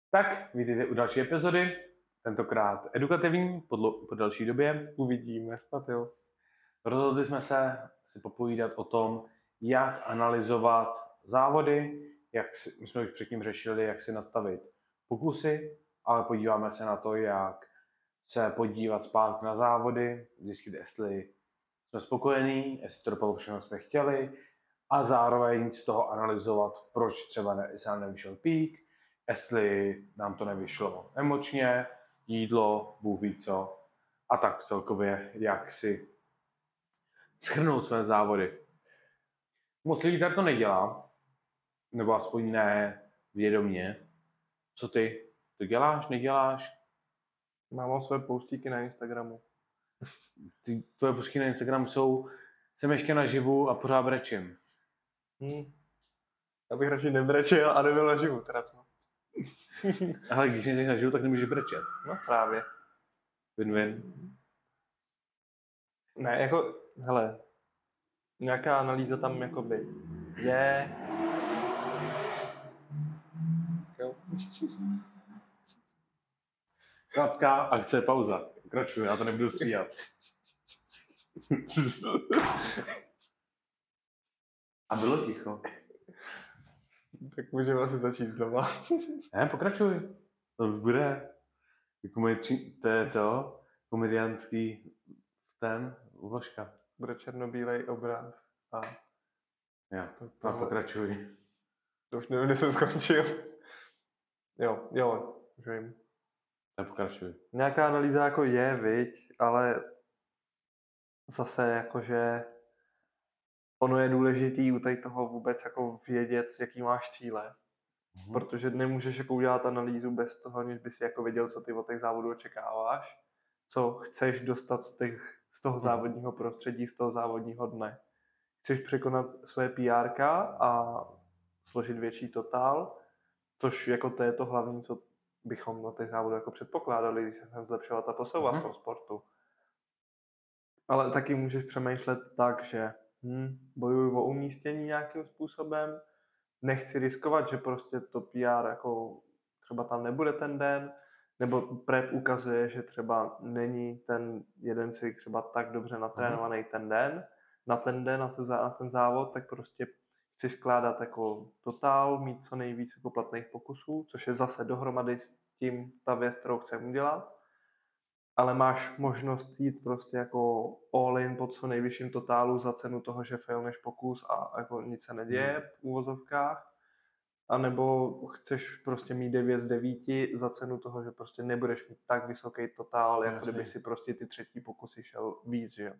Tak, vítejte u další epizody, tentokrát edukativní, po delší době. Uvidíme, snad jo. Rozhodli jsme se si popovídat o tom, jak analyzovat závody, my jsme už předtím řešili, jak si nastavit pokusy, ale podíváme se na to, jak se podívat zpátky na závody, zjistit, jestli jsme spokojení, jestli to dopadlo všechno, jsme chtěli, a zároveň z toho analyzovat, proč třeba se nám nevyšel pík, jestli nám to nevyšlo emočně, jídlo, Bůh ví co, a tak celkově, jak si shrnout své závody. Moc lidí tak to nedělá, nebo aspoň ne vědomě. Co ty? To děláš, neděláš? Mám své postíky na Instagramu. Tvoje posty na Instagramu jsem ještě naživu a pořád brečím. Já bych radši nebrečel a nebyl naživu, teda co? Ale když nejsi naživu, tak nemůžeš brečet. No právě. Win-win. Ne, jako, hele, nějaká analýza tam jakoby je. Jo. Klapka, akce, pauza. Pokračuju, já to nebudu stříhat. A bylo ticho. Tak můžeme asi začít znova. Ne, pokračuj. To už bude. To je to komediánský úložka. Bude černobílej obraz. A Jo, to pokračuj. to už nevím, kde jsem skončil. Jo, už vím. Tak pokračuj. Nějaká analýza jako je, viď, ale zase jakože ono je důležitý u tady toho vůbec jako vědět, jaký máš cíle. Protože nemůžeš jako udělat analýzu bez toho, než by si jako věděl, co ty od těch závodů očekáváš, co chceš dostat z toho závodního prostředí, z toho závodního dne. Chceš překonat své PRka a složit větší totál, což jako to je to hlavní, co bychom na těch závodech jako předpokládali, když se sem zlepšovat a posouvat v tom sportu. Ale taky můžeš přemýšlet tak, že bojuju o umístění nějakým způsobem, nechci riskovat, že prostě to PR jako třeba tam nebude ten den, nebo prep ukazuje, že třeba není ten jeden cvik třeba tak dobře natrénovaný ten den, na ten závod, tak prostě chci skládat jako totál, mít co nejvíc jako platných pokusů, což je zase dohromady s tím ta věc, kterou chcem udělat. Ale máš možnost jít prostě jako all in po co nejvyšším totálu za cenu toho, že failneš pokus a jako nic se neděje v úvozovkách. A nebo chceš prostě mít 9 z 9 za cenu toho, že prostě nebudeš mít tak vysoký totál, jako kdyby si prostě ty třetí pokusy šel víc, že jo.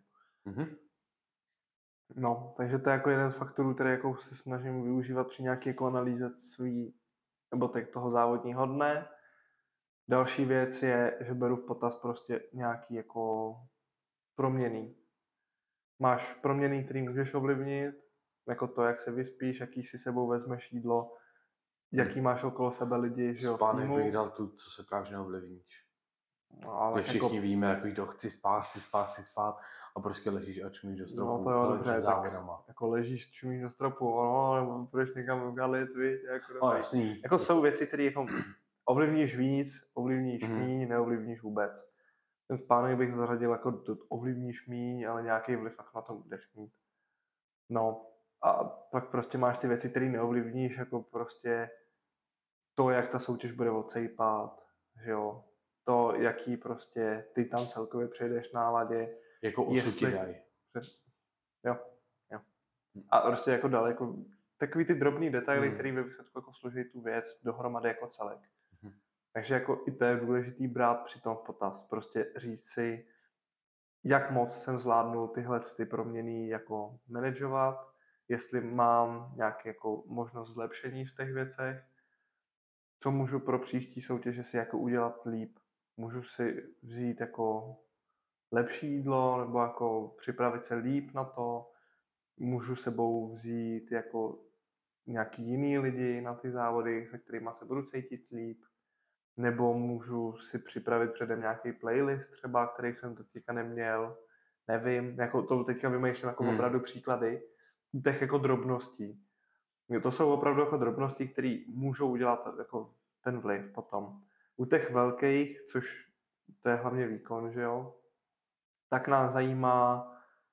No, takže to je jako jeden z faktorů, který jako se snažím využívat při nějaké jako analýze nebo toho závodního dne. Další věc je, že beru v potaz prostě nějaký jako proměny. Máš proměny, který můžeš ovlivnit, jako to, jak se vyspíš, jaký si sebou vezmeš jídlo, jaký máš okolo sebe lidi, že jo, v týmu. Bych dal tu, co se právě neovlivníš. No, ale všichni jako víme, jako to chci spát a prostě ležíš a čumíš do stropu. No to jo, dobře, tak jako ležíš, čumíš do stropu, no, nebo budeš někam galit, víš, jako, no, jasný. Jako jsou věci, které jako ovlivníš víc, ovlivníš míň, neovlivníš vůbec. Ten spánek bych zařadil jako ovlivníš míň, ale nějaký vliv jako na tom budeš mít. No a pak prostě máš ty věci, které neovlivníš, jako prostě to, jak ta soutěž bude odsejpat, že jo, to, jaký prostě ty tam celkově přejdeš náladě. Jako osuky dají. Jo. A prostě jako daleko takový ty drobný detaily, který ve výsledku jako složí tu věc dohromady jako celek. Takže jako i to je důležitý brát při tom v potaz. Prostě říct si, jak moc jsem zvládnul tyhle ty proměny jako manažovat, jestli mám nějaké jako možnost zlepšení v těch věcech, co můžu pro příští soutěže si jako udělat líp. Můžu si vzít jako lepší jídlo nebo jako připravit se líp na to, můžu sebou vzít jako nějaký jiný lidi na ty závody, se kterými se budu cítit líp, nebo můžu si připravit předem nějaký playlist třeba, který jsem to teďka neměl, nevím, jako to teďka vymýšlím jako opravdu příklady těch jako drobností. To jsou opravdu jako drobnosti, které můžou udělat jako ten vliv potom. U těch velkých, což to je hlavně výkon, že jo, tak nás zajímá,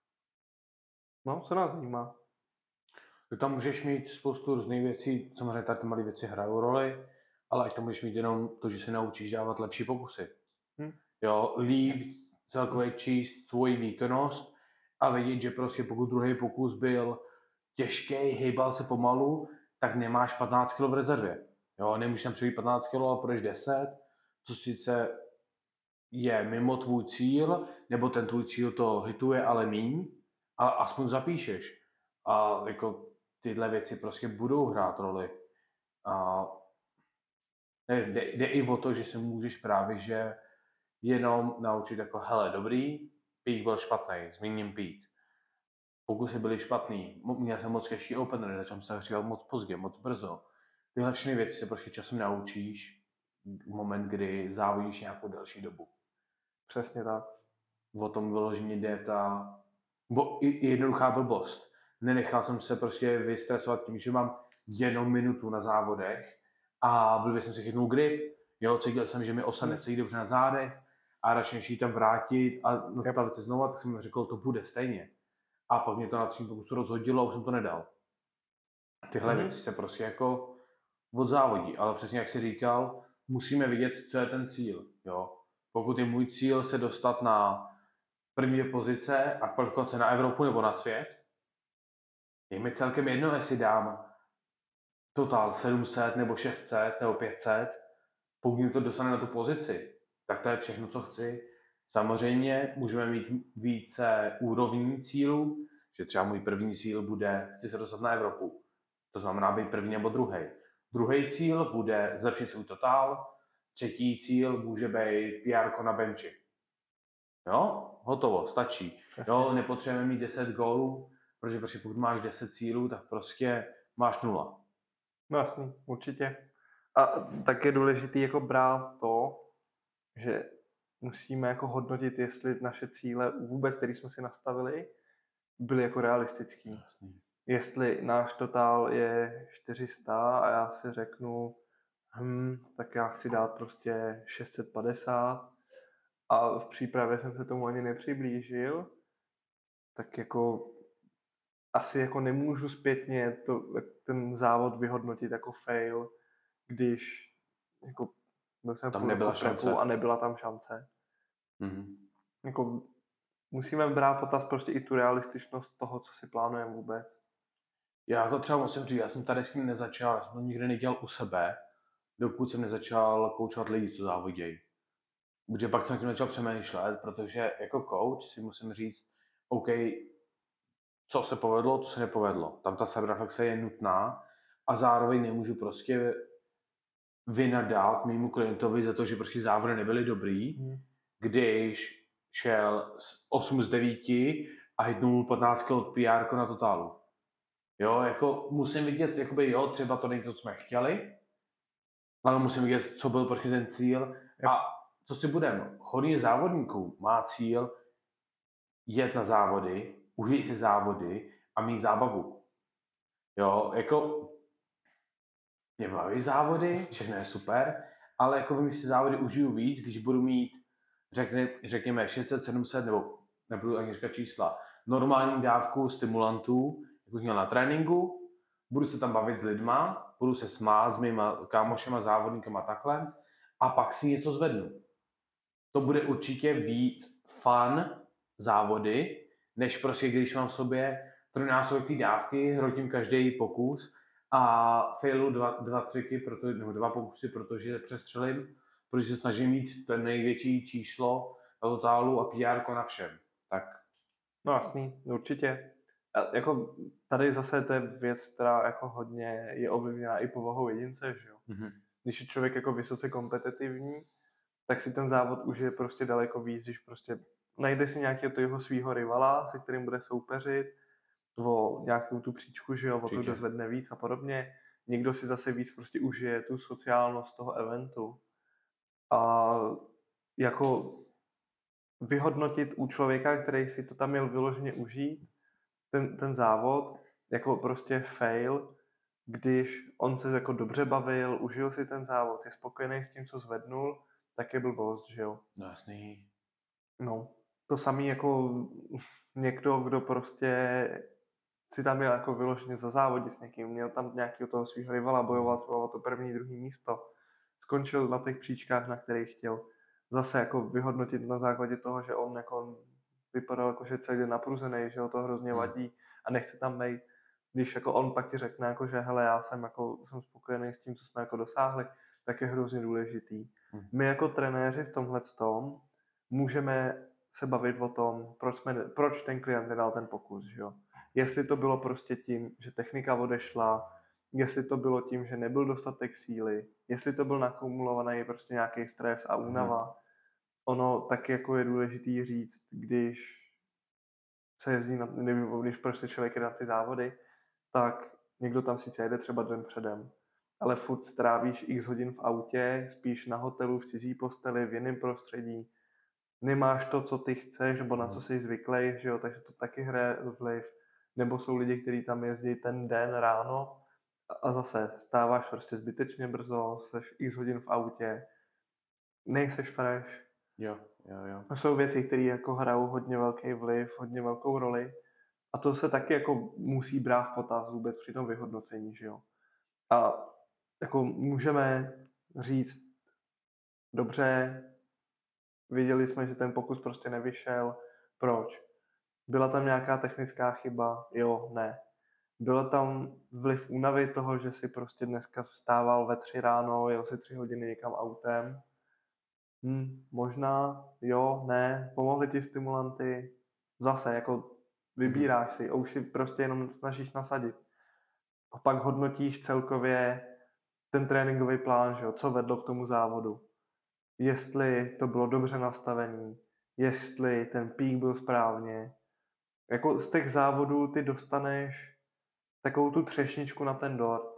no, co nás zajímá? Ty tam můžeš mít spoustu různých věcí, samozřejmě tady ty malé věci hrajou roli, ale ať tam můžeš mít jenom to, že se naučíš dávat lepší pokusy. Jo, líp celkově číst svoji výkonnost a vědět, že prostě pokud druhý pokus byl těžký, hejbal se pomalu, tak nemáš 15 kg v rezervě. Jo, nemůžeš tam přijít 15 kg, ale půjdeš 10, co sice je mimo tvůj cíl, nebo ten tvůj cíl to hituje, ale míň, ale aspoň zapíšeš. A jako tyhle věci prostě budou hrát roli. A jde i o to, že se můžeš právě, že jenom naučit jako, hele, dobrý, pík byl špatný, zmíním pík. Pokusy byly špatný, měl jsem moc těžký opener, začal jsem říkat moc pozdě, moc brzo. Tyhle všechny věci se prostě časem naučíš v moment, kdy závodíš nějakou delší dobu. Přesně tak. O tom vyloženě jde bo i jednoduchá blbost. Nenechal jsem se prostě vystresovat tím, že mám jenom minutu na závodech a blbě jsem si chytnul grip. Jo, cítil jsem, že mi osa nesedí dobře na zádech a radši než ji tam vrátit a nastavit se znova, tak jsem řekl, to bude stejně. A pak mě to na třím pokusu rozhodilo a už jsem to nedal. Tyhle věci se prostě jako odzávodí, ale přesně jak jsi říkal, musíme vidět, co je ten cíl. Jo? Pokud je můj cíl se dostat na první pozice a kvalifikovat se na Evropu nebo na svět, je mi celkem jedno, jestli dám total 700 nebo 600 nebo 500, pokud mi to dostane na tu pozici, tak to je všechno, co chci. Samozřejmě můžeme mít více úrovní cílů, že třeba můj první cíl bude, chci se dostat na Evropu. To znamená být první nebo druhý. Druhý cíl bude zlepšit svůj totál, třetí cíl může být PR na benchi. Jo, hotovo, stačí. Jo, nepotřebujeme mít 10 gólů, protože pokud máš 10 cílů, tak prostě máš 0. No jasný, určitě. A tak je důležité jako brát to, že musíme jako hodnotit, jestli naše cíle vůbec, které jsme si nastavili, byly jako realistický. Jasný. Jestli náš totál je 400 a já si řeknu, tak já chci dát prostě 650 a v přípravě jsem se tomu ani nepřiblížil, tak jako asi jako nemůžu zpětně ten závod vyhodnotit jako fail, když jako byl jsem tam nebyla šance a nebyla tam šance. Jako musíme brát potaz prostě i tu realističnost toho, co si plánujeme vůbec. Já to třeba musím říct, já jsem tady s tím nezačal, já jsem to nikdy nedělal u sebe, dokud jsem nezačal koučovat lidi, co závodějí. Protože pak jsem tím začal přemýšlet, protože jako coach si musím říct, OK, co se povedlo, co se nepovedlo. Tam ta sebereflexe je nutná a zároveň nemůžu prostě vynadat mému klientovi za to, že prostě závody nebyly dobrý, když šel 8 z 9 a hitnul 15 kg od PR na totálu. Jo, jako musím vidět, jakoby jo, třeba to není to, co jsme chtěli, ale musím vidět, co byl prostě ten cíl a co si budeme. Hodně závodníků má cíl jet na závody, užít si závody a mít zábavu. Jo, jako mě baví závody, všechno je super, ale jako vím, že si závody užiju víc, když budu mít, řekněme 600, 700, nebo nebudu ani říkat čísla, normální dávku stimulantů, jako měl na tréninku, budu se tam bavit s lidma, budu se smát s mýma kámošema, závodníkama takhle a pak si něco zvednu. To bude určitě víc fun závody, než prostě když mám v sobě trojnásobek té dávky, hrotím každý pokus a failu dva cviky, nebo 2 pokusy, protože přestřelím, protože se snažím mít ten největší číslo na totálu a PR na všem. Tak. No jasný, určitě. A jako tady zase to je věc, která jako hodně je ovlivněná i povahou jedince, že jo. Když je člověk jako vysoce kompetitivní, tak si ten závod užije prostě daleko víc, když prostě najde si nějakého toho svého rivala, se kterým bude soupeřit, o nějakou tu příčku, že jo, o to, kdo zvedne víc a podobně. Někdo si zase víc prostě užije tu sociálnost toho eventu. A jako vyhodnotit u člověka, který si to tam měl vyloženě užít, ten závod, jako prostě fail, když on se jako dobře bavil, užil si ten závod, je spokojený s tím, co zvednul, tak je blbost, že jo. No jasný. No, to samý jako někdo, kdo prostě si tam měl jako vyloženě za závodit s někým, měl tam nějakého toho svého rivala, bojoval třeba o to první, druhý místo, skončil na těch příčkách, na kterých chtěl. Zase jako vyhodnotit na základě toho, že on jako vypadal jako, že celý den napruzený, že ho to hrozně vadí a nechce tam být. Když jako on pak ti řekne, jako, že hele, já jsem spokojený s tím, co jsme jako dosáhli, tak je hrozně důležitý. My jako trenéři v tomhletom můžeme se bavit o tom, proč ten klient nedal ten pokus, že jo. Jestli to bylo prostě tím, že technika odešla, jestli to bylo tím, že nebyl dostatek síly, jestli to byl nakumulovaný prostě nějaký stres a únava. Ono tak jako je důležitý říct, když se jezdí, když prostě člověk jde na ty závody, tak někdo tam sice jede třeba den předem, ale furt strávíš x hodin v autě, spíš na hotelu, v cizí posteli, v jiném prostředí, nemáš to, co ty chceš, nebo na co jsi zvyklý, že jo, takže to taky hraje vliv. Nebo jsou lidi, kteří tam jezdí ten den ráno a zase stáváš prostě zbytečně brzo, seš x hodin v autě, nejseš fresh. Jo. To jsou věci, které jako hrajou hodně velký vliv, hodně velkou roli a to se taky jako musí brát v potaz vůbec při tom vyhodnocení, že jo. A jako můžeme říct, dobře, viděli jsme, že ten pokus prostě nevyšel. Proč? Byla tam nějaká technická chyba? Jo, ne. Byl tam vliv únavy toho, že si prostě dneska vstával ve 3 ráno, jel si 3 hodiny někam autem? Možná, jo, ne. Pomohly ti stimulanty? Zase, jako vybíráš si a už si prostě jenom snažíš nasadit. A pak hodnotíš celkově ten tréninkový plán, že jo, co vedlo k tomu závodu. Jestli to bylo dobře nastavený, jestli ten pík byl správně. Jako z těch závodů ty dostaneš takovou tu třešničku na ten dort.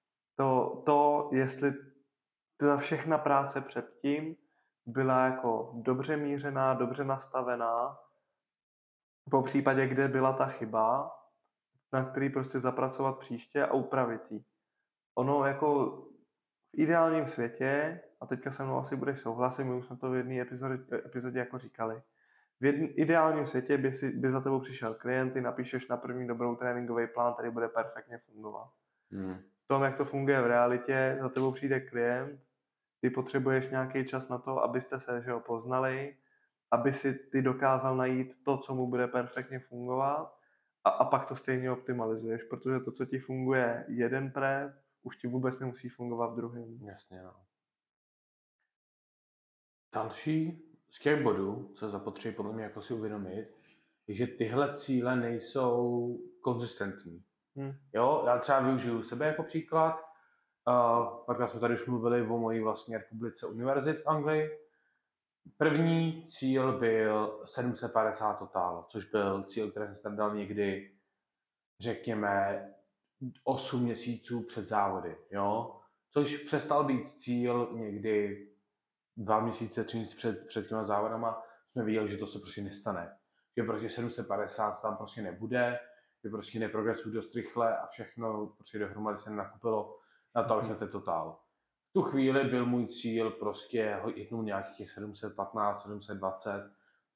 Jestli ta všechna práce předtím byla jako dobře mířená, dobře nastavená, po případě, kde byla ta chyba, na který prostě zapracovat příště a upravit ji. Ono jako v ideálním světě, a teďka se mnou asi budeš souhlasit, my už jsme to v jedné epizodě jako říkali, v ideálním světě by za tebou přišel klient, ty napíšeš na první dobrou tréninkový plán, který bude perfektně fungovat. V tom, jak to funguje v realitě, za tebou přijde klient, ty potřebuješ nějaký čas na to, abyste se poznali, aby si ty dokázal najít to, co mu bude perfektně fungovat a pak to stejně optimalizuješ, protože to, co ti funguje jeden prep, už ti vůbec nemusí fungovat v druhém. Jasně, no. Další z těch bodů, co zapotřebí podle mě jako si uvědomit, je, že tyhle cíle nejsou konzistentní. Jo, já třeba využiju sebe jako příklad. Párkrát jsme tady už mluvili o mojí vlastní republice univerzit v Anglii. První cíl byl 750 totál, což byl cíl, který jsem tam dal někdy, řekněme, 8 měsíců před závody, jo? Což přestal být cíl někdy 2 měsíce, 3 měsíce před těma závodama, jsme viděli, že to se prostě nestane. Že prostě 750 tam prostě nebude, že prostě neprogresují dost rychle a všechno prostě dohromady se nakupilo na to, abych ten totál. V tu chvíli byl můj cíl prostě hitnout nějakých těch 715, 720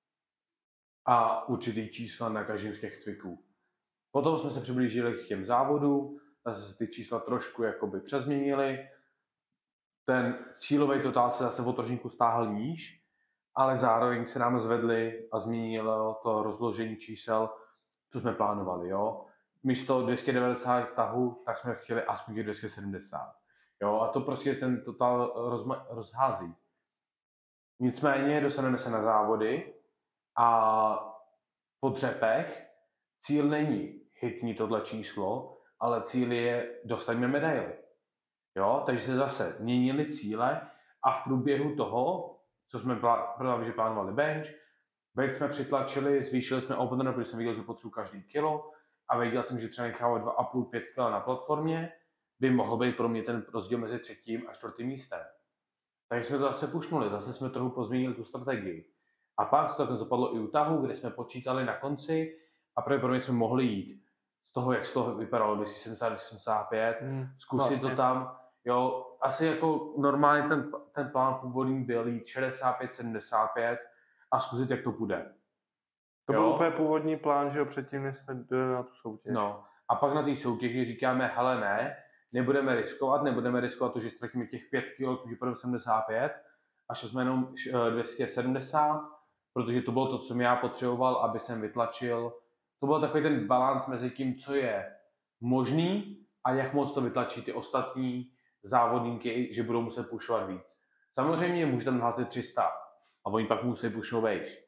a určitý čísla na každém z těch cviků. Potom jsme se přiblížili k těm závodům, zase se ty čísla trošku jakoby přezměnily. Ten cílový totál se zase o trošku stáhl níž, ale zároveň se nám zvedli a změnilo to rozložení čísel, co jsme plánovali. Jo? Místo 290 tahů, tak jsme chtěli aspoň 270. Jo? A to prostě ten totál rozhází. Nicméně dostaneme se na závody a po dřepech cíl není hitni tohle číslo, ale cíl je dostaňme medaili. Jo? Takže se zase měnily cíle a v průběhu toho, co jsme plánovali bench jsme přitlačili, zvýšili jsme opener, protože jsem viděl, že potřebuji každý kilo a věděl jsem, že třeba nechávat 2,5-5 kg na platformě by mohl být pro mě ten rozdíl mezi 3. a 4. místem. Takže jsme to zase pušnuli, zase jsme trochu pozměnili tu strategii. A pak to takhle zapadlo i u tahu, kde jsme počítali na konci a pravděpodobně jsme mohli jít z toho, jak z toho vypadalo 270-275, zkusit to vlastně. tam, jo, asi jako normálně ten plán původní byl jít 65-75 a zkusit, jak to půjde. To byl Jo? úplně původní plán, že jo, předtím, než jsme byli na tu soutěž. No, a pak na té soutěži říkáme, hele ne, nebudeme riskovat to, že ztratíme těch 5 kg, že půjdeme 75 a šli jsme jenom 270, protože to bylo to, co já potřeboval, aby jsem vytlačil. To byl takový ten balans mezi tím, co je možný a jak moc to vytlačí ty ostatní závodníky, že budou muset pušovat víc. Samozřejmě může tam naházet 300 a oni pak musí pušovat vejš.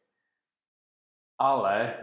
Ale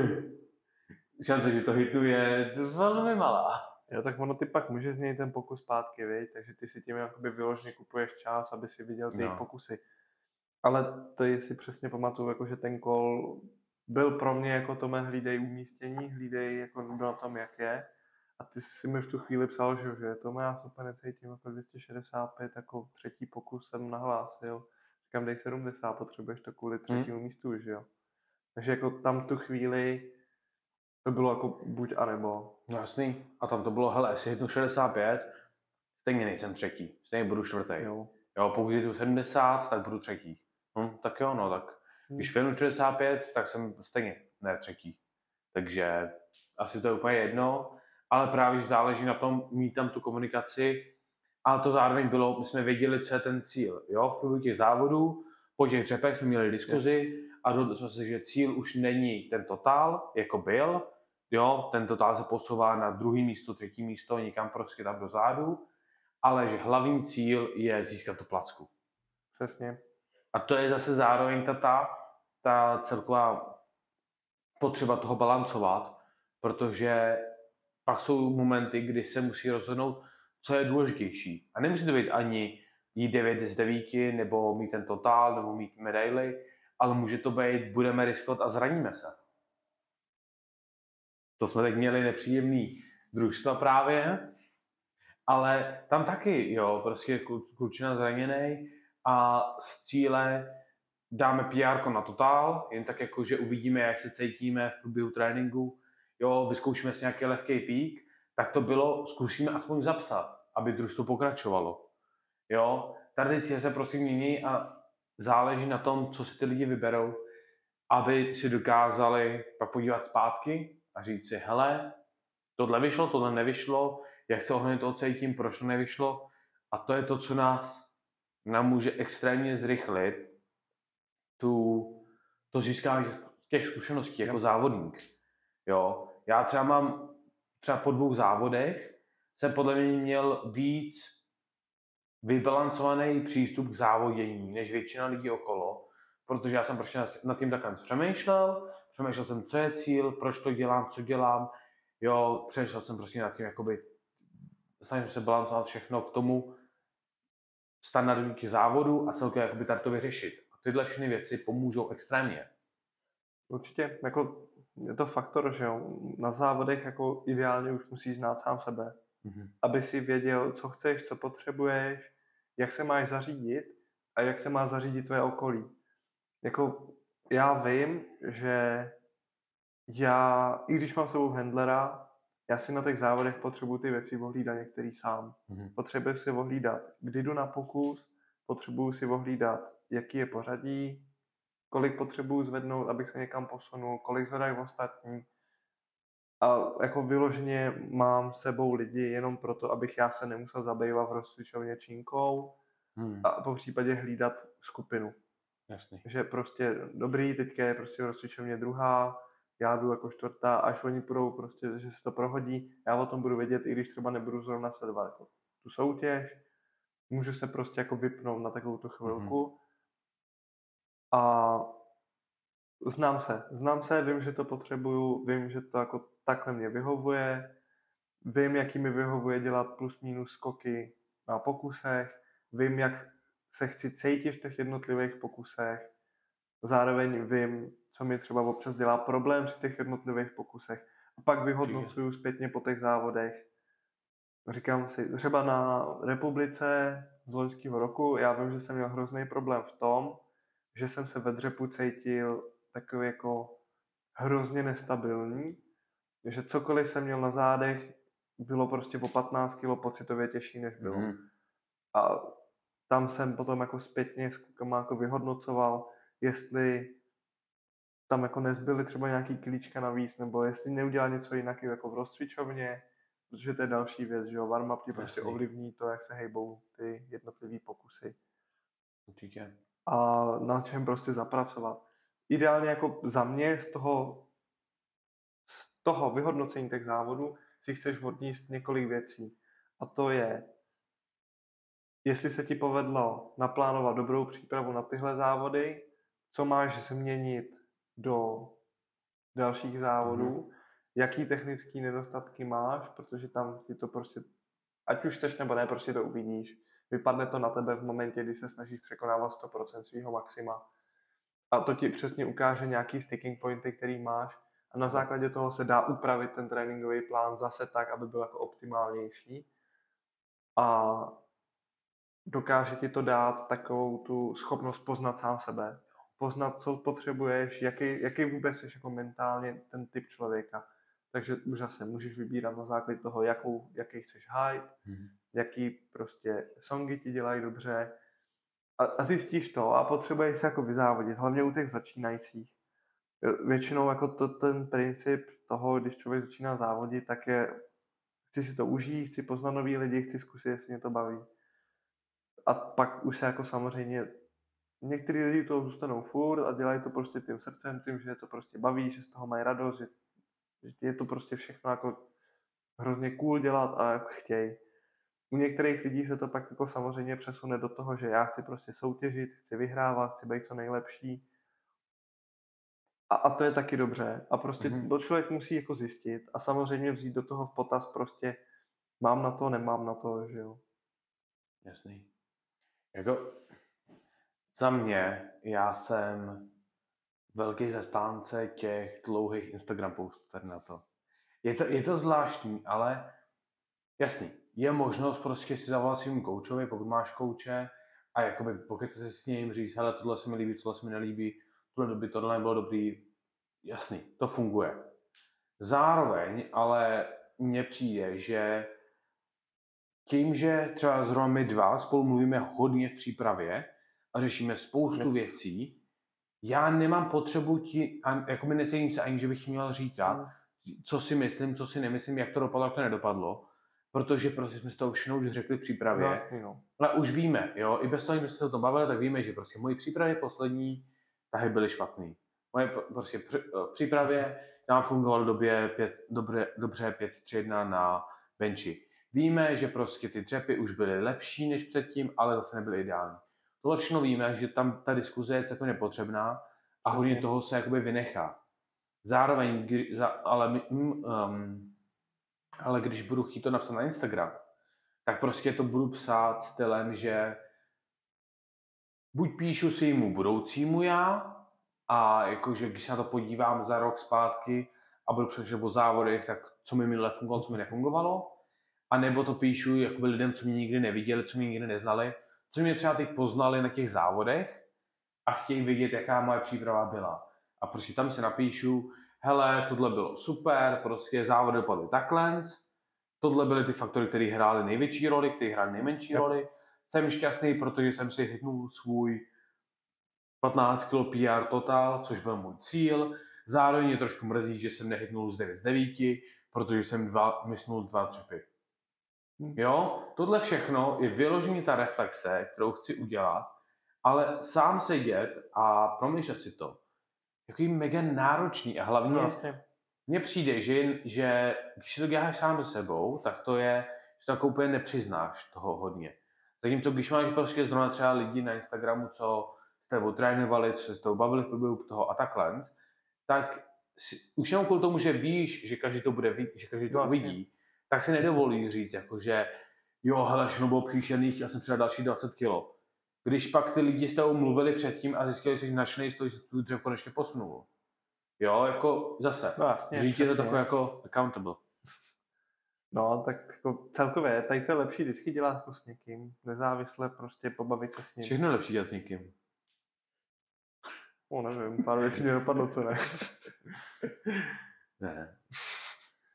šance, že to hitnu, je velmi malá. Jo, tak ono ty pak může změnit ten pokus zpátky, viď? Takže ty si tím jakoby vyloženě kupuješ čas, aby si viděl ty jejich pokusy. Ale to si přesně pamatuju, jako, že ten kol byl pro mě jako Tome, hlídej umístění, hlídej jako na tom, jak je. A ty si mi v tu chvíli psal, že Tome, já se úplně necítím jako 265, jako třetí pokus jsem nahlásil. Říkám, dej 70, potřebuješ to kvůli třetímu místu, že jo. Takže jako tam tu chvíli to bylo jako buď a nebo. No jasný. A tam to bylo, hele, jestli hitnu 65, stejně nejsem třetí, stejně budu čtvrtý. Jo, pokud hitnu 70, tak budu třetí. Tak jo, no tak. Když hitnu 65, tak jsem stejně ne třetí. Takže asi to je úplně jedno, ale právě, že záleží na tom mít tam tu komunikaci, ale to zároveň bylo, my jsme věděli, co je ten cíl. Jo, v průběhu těch závodů, po těch dřepech jsme měli diskuzi a dohodli jsme se, že cíl už není ten totál, jako byl. Jo, ten totál se posouvá na druhý místo, třetí místo, někam prostě tam dozadu, ale že hlavní cíl je získat tu placku. Přesně. A to je zase zároveň ta celková potřeba toho balancovat, protože pak jsou momenty, kdy se musí rozhodnout, co je důležitější. A nemusí to být ani jít 9 z 9, nebo mít ten totál, nebo mít medaily, ale může to být, budeme riskovat a zraníme se. To jsme teď měli nepříjemný družstva právě, ale tam taky, jo, prostě klučina zraněnej a z cíle dáme PR na totál, jen tak jako, že uvidíme, jak se cítíme v průběhu tréninku, jo, vyzkoušíme si nějaký lehký pík, tak to bylo, zkusíme aspoň zapsat, aby družstvo pokračovalo. Jo, tady cíle se prostě mění a záleží na tom, co si ty lidi vyberou, aby si dokázali pak podívat zpátky a říct si, hele, tohle vyšlo, tohle nevyšlo, jak se ohledně toho cítím, proč to nevyšlo. A to je to, co nám může extrémně zrychlit to získání těch zkušeností jako závodník. Jo. Já třeba po 2 závodech jsem podle mě měl víc vybalancovaný přístup k závodění, než většina lidí okolo, protože já jsem prostě nad tím takhle přemýšlel jsem, co je cíl, proč to dělám, co dělám, jo, přemýšlel jsem prostě nad tím, jakoby, snažím se balancovat všechno k tomu standardu těch závodů a celkově jakoby tady to vyřešit. A tyhle všechny věci pomůžou extrémně. Určitě, jako je to faktor, že jo, na závodech jako ideálně už musíš znát sám sebe, aby si věděl, co chceš, co potřebuješ, jak se máš zařídit a jak se má zařídit tvoje okolí. Jako já vím, že já, i když mám s sebou handlera, já si na těch závodech potřebuji ty věci ohlídat některý sám. Potřebuji si ohlídat, kdy jdu na pokus, potřebuji si ohlídat, jaký je pořadí, kolik potřebuji zvednout, abych se někam posunul, kolik zvedají ostatní. A jako vyloženě mám s sebou lidi jenom proto, abych já se nemusel zabývat v rozcvičovně činkou a po případě hlídat skupinu. Jasný. Že prostě dobrý, teďka je prostě v rozcvičovně druhá, já jdu jako čtvrtá, až oni půjdou prostě, že se to prohodí, já o tom budu vědět, i když třeba nebudu zrovna sledovat jako tu soutěž, můžu se prostě jako vypnout na takovou tu chvilku a znám se, vím, že to potřebuju, vím, že to jako takhle mě vyhovuje, vím, jaký mi vyhovuje dělat plus minus skoky na pokusech, vím, jak se chci cítit v těch jednotlivých pokusech, zároveň vím, co mi třeba občas dělá problém při těch jednotlivých pokusech a pak vyhodnocuju zpětně po těch závodech. Říkám si, třeba na republice z loňského roku, já vím, že jsem měl hrozný problém v tom, že jsem se ve dřepu cítil takový jako hrozně nestabilní, že cokoliv jsem měl na zádech, bylo prostě o 15 kg pocitově těžší, než bylo. A tam jsem potom jako zpětně s klukama jako vyhodnocoval, jestli tam jako nezbyly třeba nějaký kilíčka navíc, nebo jestli neudělal něco jinak jako v rozcvičovně, protože to je další věc, že jo, warm-up ti prostě ovlivní to, jak se hejbou ty jednotlivý pokusy. Určitě. A na čem prostě zapracovat. Ideálně jako za mě z toho vyhodnocení těch závodů si chceš odníst několik věcí. A to je, jestli se ti povedlo naplánovat dobrou přípravu na tyhle závody, co máš změnit do dalších závodů, jaký technický nedostatky máš, protože tam ti to prostě, ať už chceš nebo ne, prostě to uvidíš. Vypadne to na tebe v momentě, kdy se snažíš překonávat 100% svého maxima. A to ti přesně ukáže nějaký sticking pointy, který máš. A na základě toho se dá upravit ten tréninkový plán zase tak, aby byl jako optimálnější. A dokáže ti to dát takovou tu schopnost poznat sám sebe. Poznat, co potřebuješ, jaký vůbec jsi jako mentálně ten typ člověka. Takže už zase můžeš vybírat na základě toho, jaký chceš hype, jaký prostě songy ti dělají dobře. A zjistíš to a potřebuješ se jako vyzávodit, hlavně u těch začínajících. Většinou jako ten princip toho, když člověk začíná závodit, tak je, chci si to užít, chci poznat nový lidi, chci zkusit, jestli mě to baví. A pak už se jako samozřejmě, některý lidi toho zůstanou furt a dělají to prostě tím srdcem, tím, že je to prostě baví, že z toho mají radost, že je to prostě všechno jako hrozně cool dělat a jako chtějí. U některých lidí se to pak jako samozřejmě přesune do toho, že já chci prostě soutěžit, chci vyhrávat, chci být co nejlepší. A to je taky dobře. A prostě to člověk musí jako zjistit a samozřejmě vzít do toho v potaz prostě mám na to, nemám na to, že jo. Jasný. Jako za mě, já jsem velký zastánce těch dlouhých Instagram postů tady na to. Je to zvláštní, ale jasný. Je možnost prostě si zavolat svým koučovi, pokud máš kouče, a jakoby pokud se s ním říct, hele, tohle se mi líbí, tohle se mi nelíbí, tohle nebylo dobrý, jasný, to funguje. Zároveň ale mně přijde, že tím, že třeba zrovna my dva spolu mluvíme hodně v přípravě a řešíme spoustu věcí, já nemám potřebu jako mi necítím se ani, že bych měl říkat, co si myslím, co si nemyslím, jak to dopadlo, jak to nedopadlo, protože prostě jsme si to všechno už řekli v přípravě. No. Ale už víme, jo, i bez toho, že jsme se o tom bavili, tak víme, že prostě moje přípravy poslední tahy byly špatný. Moje prostě v přípravě nám fungovalo dobře 5-3-1 na benchi. Víme, že prostě ty dřepy už byly lepší než předtím, ale zase nebyly ideální. Tohle všechno víme, že tam ta diskuze je celkem nepotřebná a hodně toho se jakoby vynechá. Zároveň, ale když budu chtít to napsat na Instagram, tak prostě to budu psát stylem, že buď píšu svýmu budoucímu já, a jakože když se na to podívám za rok zpátky a budu přemýšlet o závodech, tak co mi minule fungovalo, co mi nefungovalo, a nebo to píšu jakoby lidem, co mě nikdy neviděli, co mě nikdy neznali, co mě třeba teď poznali na těch závodech a chtějí vidět, jaká moje příprava byla. A prostě tam si napíšu, hele, tohle bylo super, prostě závody dopadly takhle, tohle byly ty faktory, které hrály největší roli, které hrály nejmenší roli. Jsem šťastný, protože jsem si hitnul svůj 15 kg PR total, což byl můj cíl. Zároveň mě trošku mrzí, že jsem nehytnul z 9 z 9, protože jsem mysnul 2 dřepy. Jo, tohle všechno je vyloženě ta reflexe, kterou chci udělat, ale sám sedět a promýšlet si to. Jaký mega náročný a hlavně mně přijde, že když si to děláš sám se sebou, tak to je, že to jako úplně nepřiznáš toho hodně. Zatímco když máš prostě zrovna třeba lidi na Instagramu, co jste otrénovali, co se s tou bavili v průběhu toho a takhle, tak už jenom kvůli tomu, že víš, že každý to bude že každý to uvidí, tak si nedovolí říct, jako že jo, hele, všechno bylo příšerných, já jsem přidal další 20 kilo. Když pak ty lidi s tebou mluvili předtím a zjistili, že jsi nadšenej z toho, že tu dřev konečně posunul. Jo, jako zase. No, jasně, žít je to takové jako accountable. No, tak jako celkově, tady to je lepší vždycky dělat jako s někým, nezávisle prostě pobavit se s ním. Všechno je lepší dělat s někým. Nevím, pár věcí mě dopadlo, co ne. Ne.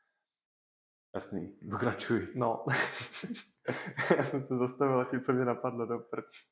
Jasný, pokračuj. No. Já jsem se zastavil tím, co mě napadlo do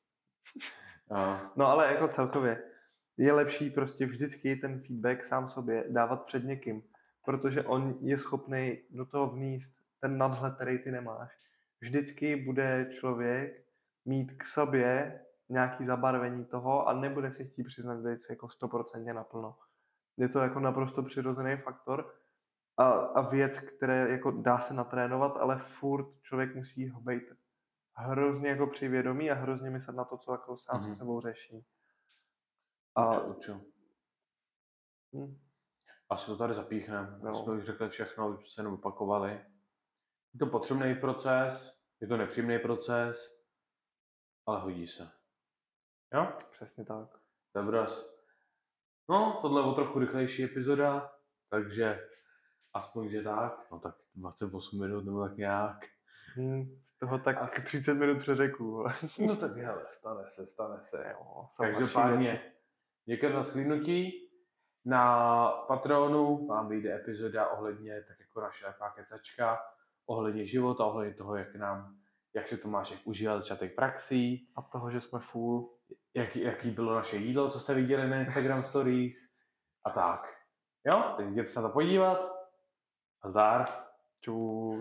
No ale jako celkově je lepší prostě vždycky ten feedback sám sobě dávat před někým, protože on je schopný do toho vníst ten nadhled, který ty nemáš. Vždycky bude člověk mít k sobě nějaký zabarvení toho a nebude si chtít přiznat věc jako 100% naplno. Je to jako naprosto přirozený faktor a věc, které jako dá se natrénovat, ale furt člověk musí ho být hrozně jako přivědomí a hrozně myslet na to, co jako sám se sebou řeší. Určitě. Hm. Asi to tady zapíchneme. No. Jsme už řekli všechno, už se jenom opakovali. Je to potřebný proces, je to nepříjemný proces, ale hodí se. Jo? Přesně tak. Dobrá. No, tohle je o trochu rychlejší epizoda, takže aspoň, že tak. No tak 28 minut nebo tak nějak. Z toho tak 30 minut přeřeků. No tak hele, stane se. Jo, každopádně, děkuji za shlídnutí. Na Patreonu vám vyjde epizoda ohledně, tak jako naše kecačka, ohledně života, ohledně toho, jak si Tomášek užíval začátek praxí. A toho, že jsme full. Jaký bylo naše jídlo, co jste viděli na Instagram Stories a tak. Jo, teď jděte se na to podívat. A zdar. Čus.